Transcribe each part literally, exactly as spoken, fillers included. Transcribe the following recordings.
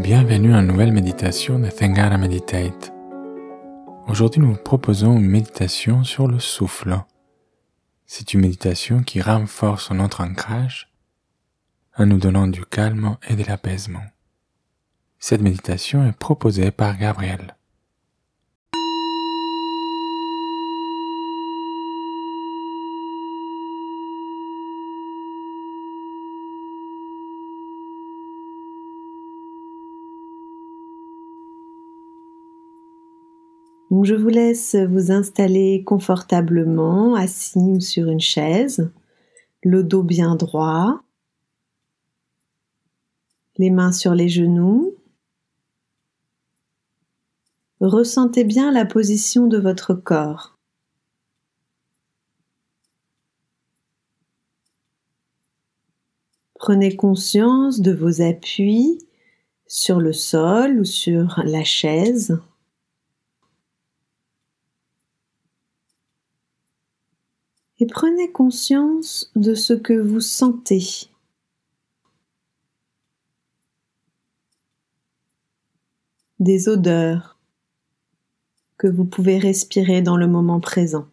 Bienvenue à une nouvelle méditation de Thangara Meditate. Aujourd'hui, nous vous proposons une méditation sur le souffle. C'est une méditation qui renforce notre ancrage en nous donnant du calme et de l'apaisement. Cette méditation est proposée par Gabriel. Donc je vous laisse vous installer confortablement, assis ou sur une chaise, le dos bien droit, les mains sur les genoux. Ressentez bien la position de votre corps. Prenez conscience de vos appuis sur le sol ou sur la chaise. Et prenez conscience de ce que vous sentez. Des odeurs que vous pouvez respirer dans le moment présent.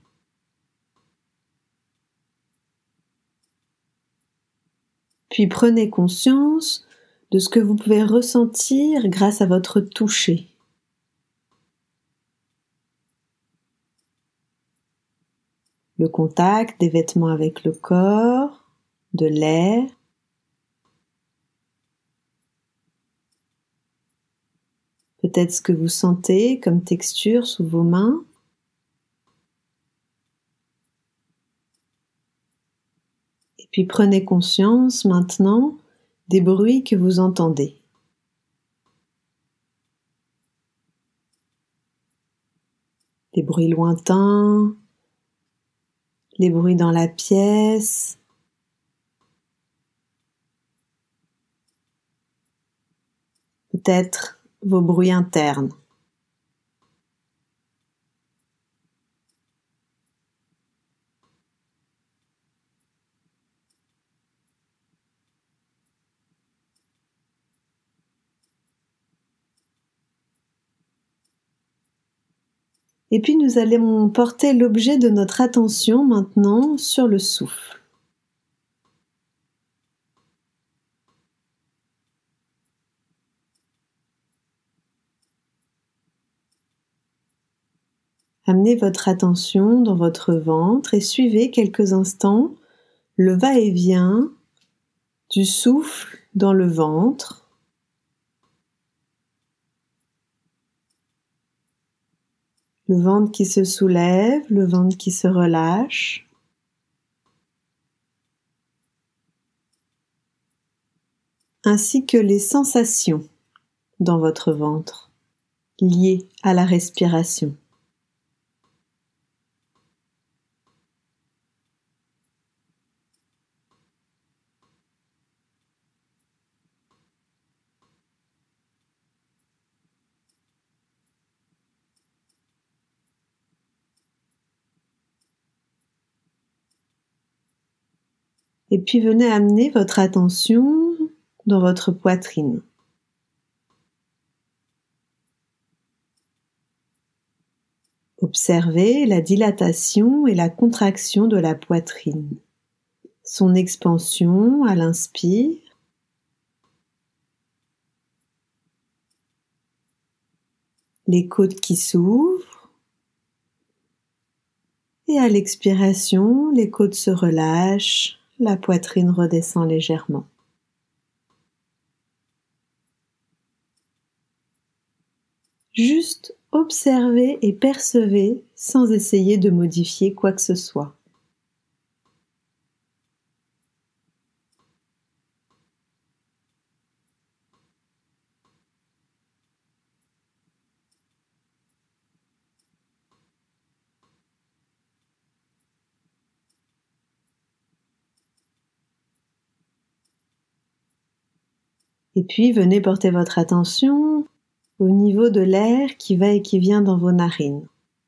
Puis prenez conscience de ce que vous pouvez ressentir grâce à votre toucher. Le contact des vêtements avec le corps, de l'air. Peut-être ce que vous sentez comme texture sous vos mains. Et puis prenez conscience maintenant des bruits que vous entendez. Les bruits lointains, les bruits dans la pièce, peut-être vos bruits internes. Et puis nous allons porter l'objet de notre attention maintenant sur le souffle. Amenez votre attention dans votre ventre et suivez quelques instants le va-et-vient du souffle dans le ventre. Le ventre qui se soulève, le ventre qui se relâche. Ainsi que les sensations dans votre ventre liées à la respiration. Et puis venez amener votre attention dans votre poitrine. Observez la dilatation et la contraction de la poitrine, son expansion à l'inspire, les côtes qui s'ouvrent, et à l'expiration, les côtes se relâchent, la poitrine redescend légèrement. Juste observez et percevez sans essayer de modifier quoi que ce soit. Et puis venez porter votre attention au niveau de l'air qui va et qui vient dans vos narines.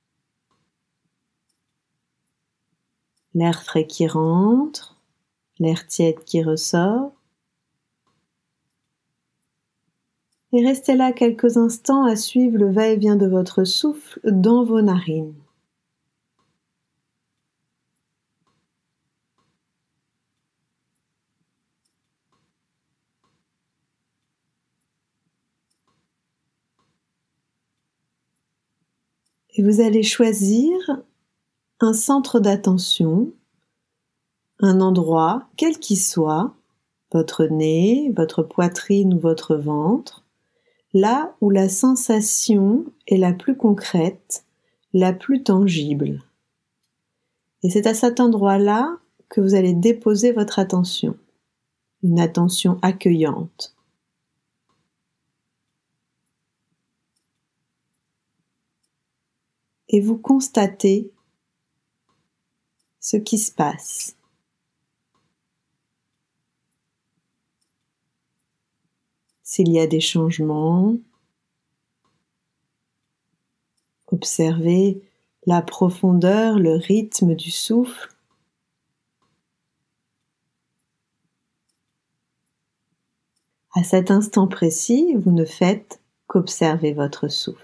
L'air frais qui rentre, l'air tiède qui ressort. Et restez là quelques instants à suivre le va-et-vient de votre souffle dans vos narines. Et vous allez choisir un centre d'attention, un endroit, quel qu'il soit, votre nez, votre poitrine ou votre ventre, là où la sensation est la plus concrète, la plus tangible. Et c'est à cet endroit-là que vous allez déposer votre attention, une attention accueillante. Et vous constatez ce qui se passe. S'il y a des changements, observez la profondeur, le rythme du souffle. À cet instant précis, vous ne faites qu'observer votre souffle.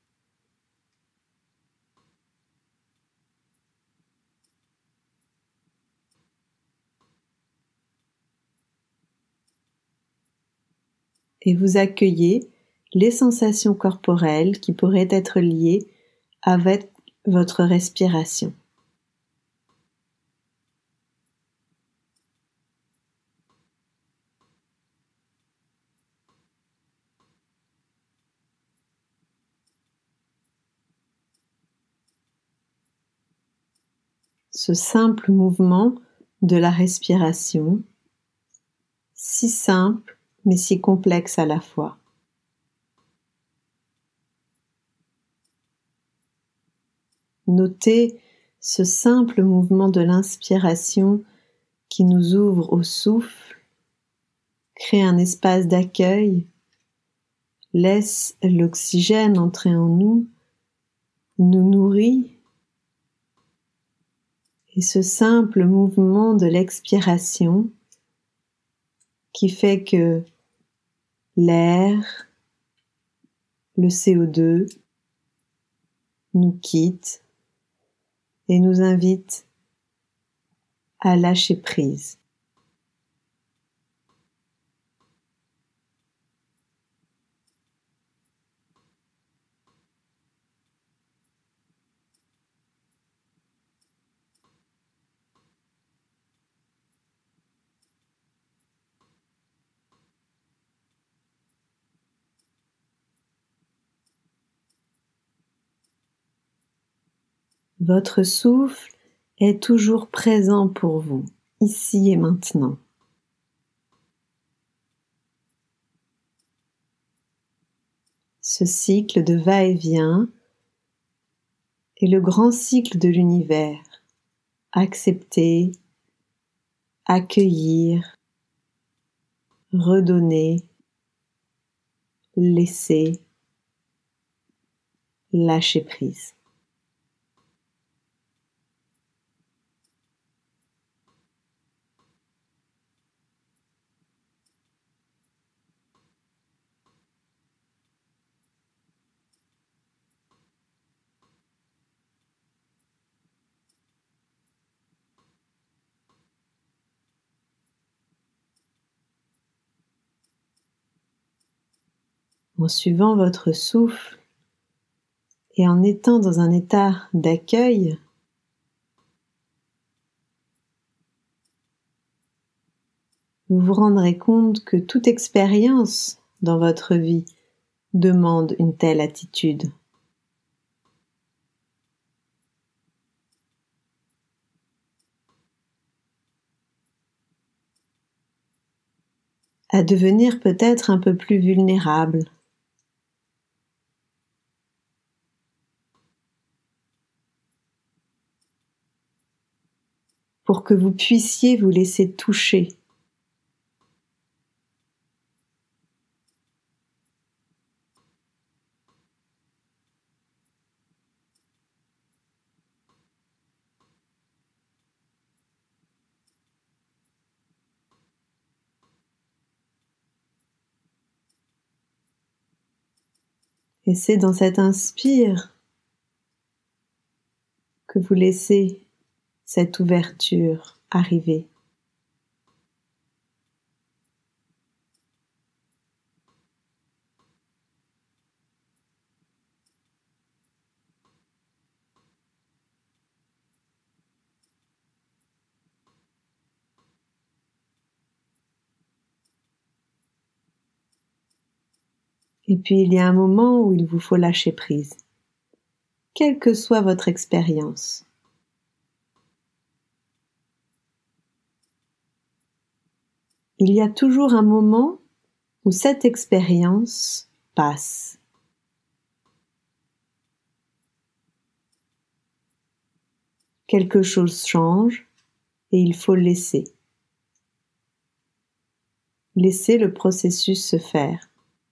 Et vous accueillez les sensations corporelles qui pourraient être liées avec votre respiration. Ce simple mouvement de la respiration, si simple mais si complexe à la fois. Notez ce simple mouvement de l'inspiration qui nous ouvre au souffle, crée un espace d'accueil, laisse l'oxygène entrer en nous, nous nourrit. Et ce simple mouvement de l'expiration qui fait que l'air, le C O deux, nous quitte et nous invite à lâcher prise. Votre souffle est toujours présent pour vous, ici et maintenant. Ce cycle de va-et-vient est le grand cycle de l'univers. Accepter, accueillir, redonner, laisser, lâcher prise. En suivant votre souffle et en étant dans un état d'accueil, vous vous rendrez compte que toute expérience dans votre vie demande une telle attitude. À devenir peut-être un peu plus vulnérable. Pour que vous puissiez vous laisser toucher. Et c'est dans cet inspire que vous laissez cette ouverture arriver. Et puis il y a un moment où il vous faut lâcher prise, quelle que soit votre expérience. Il y a toujours un moment où cette expérience passe. Quelque chose change et il faut laisser. Laisser le processus se faire.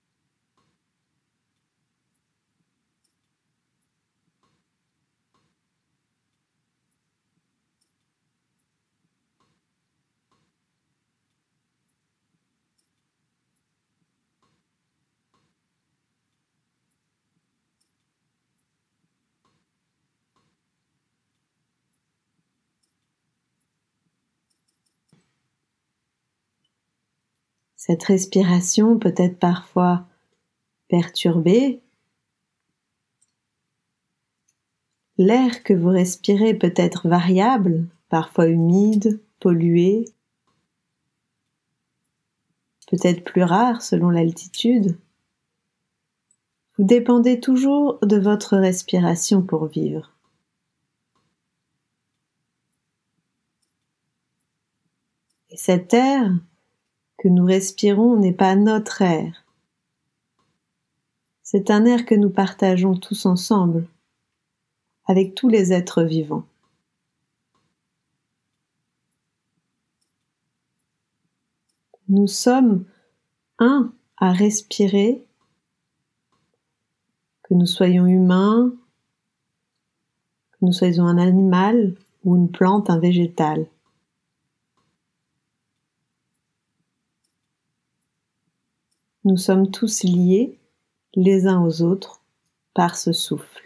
Cette respiration peut être parfois perturbée. L'air que vous respirez peut être variable, parfois humide, pollué, peut-être plus rare selon l'altitude. Vous dépendez toujours de votre respiration pour vivre. Et cet air que nous respirons n'est pas notre air. C'est un air que nous partageons tous ensemble, avec tous les êtres vivants. Nous sommes un à respirer, que nous soyons humains, que nous soyons un animal ou une plante, un végétal. Nous sommes tous liés les uns aux autres par ce souffle.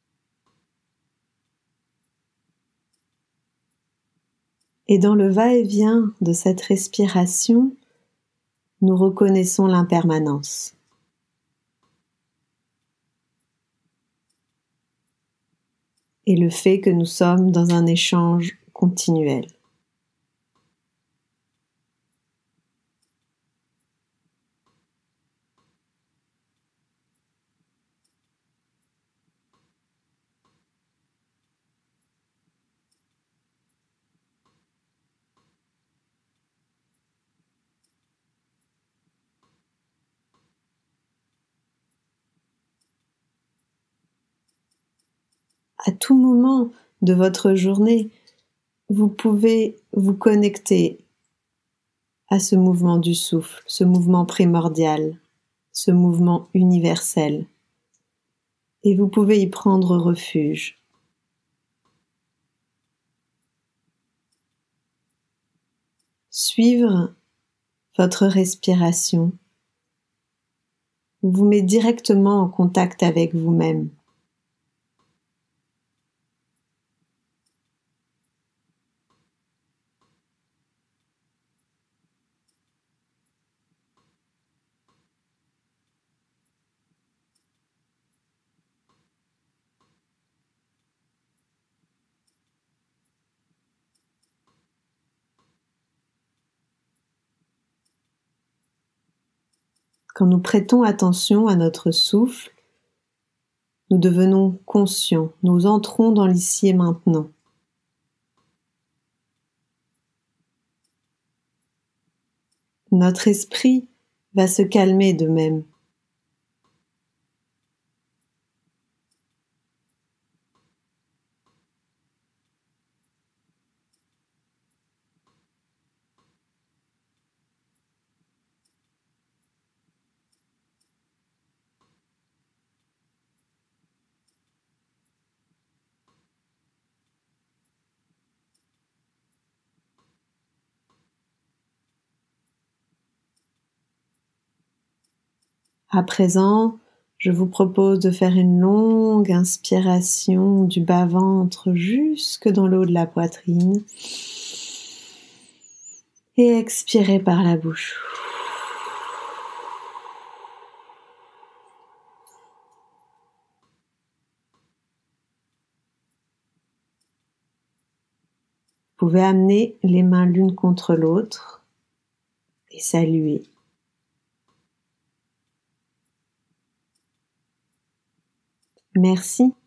Et dans le va-et-vient de cette respiration, nous reconnaissons l'impermanence. Et le fait que nous sommes dans un échange continuel. À tout moment de votre journée, vous pouvez vous connecter à ce mouvement du souffle, ce mouvement primordial, ce mouvement universel. Et vous pouvez y prendre refuge. Suivre votre respiration vous met directement en contact avec vous-même. Quand nous prêtons attention à notre souffle, nous devenons conscients, nous entrons dans l'ici et maintenant. Notre esprit va se calmer de même. À présent, Je vous propose de faire une longue inspiration du bas-ventre jusque dans le haut de la poitrine et expirez par la bouche. Vous pouvez amener les mains l'une contre l'autre et saluer. Merci.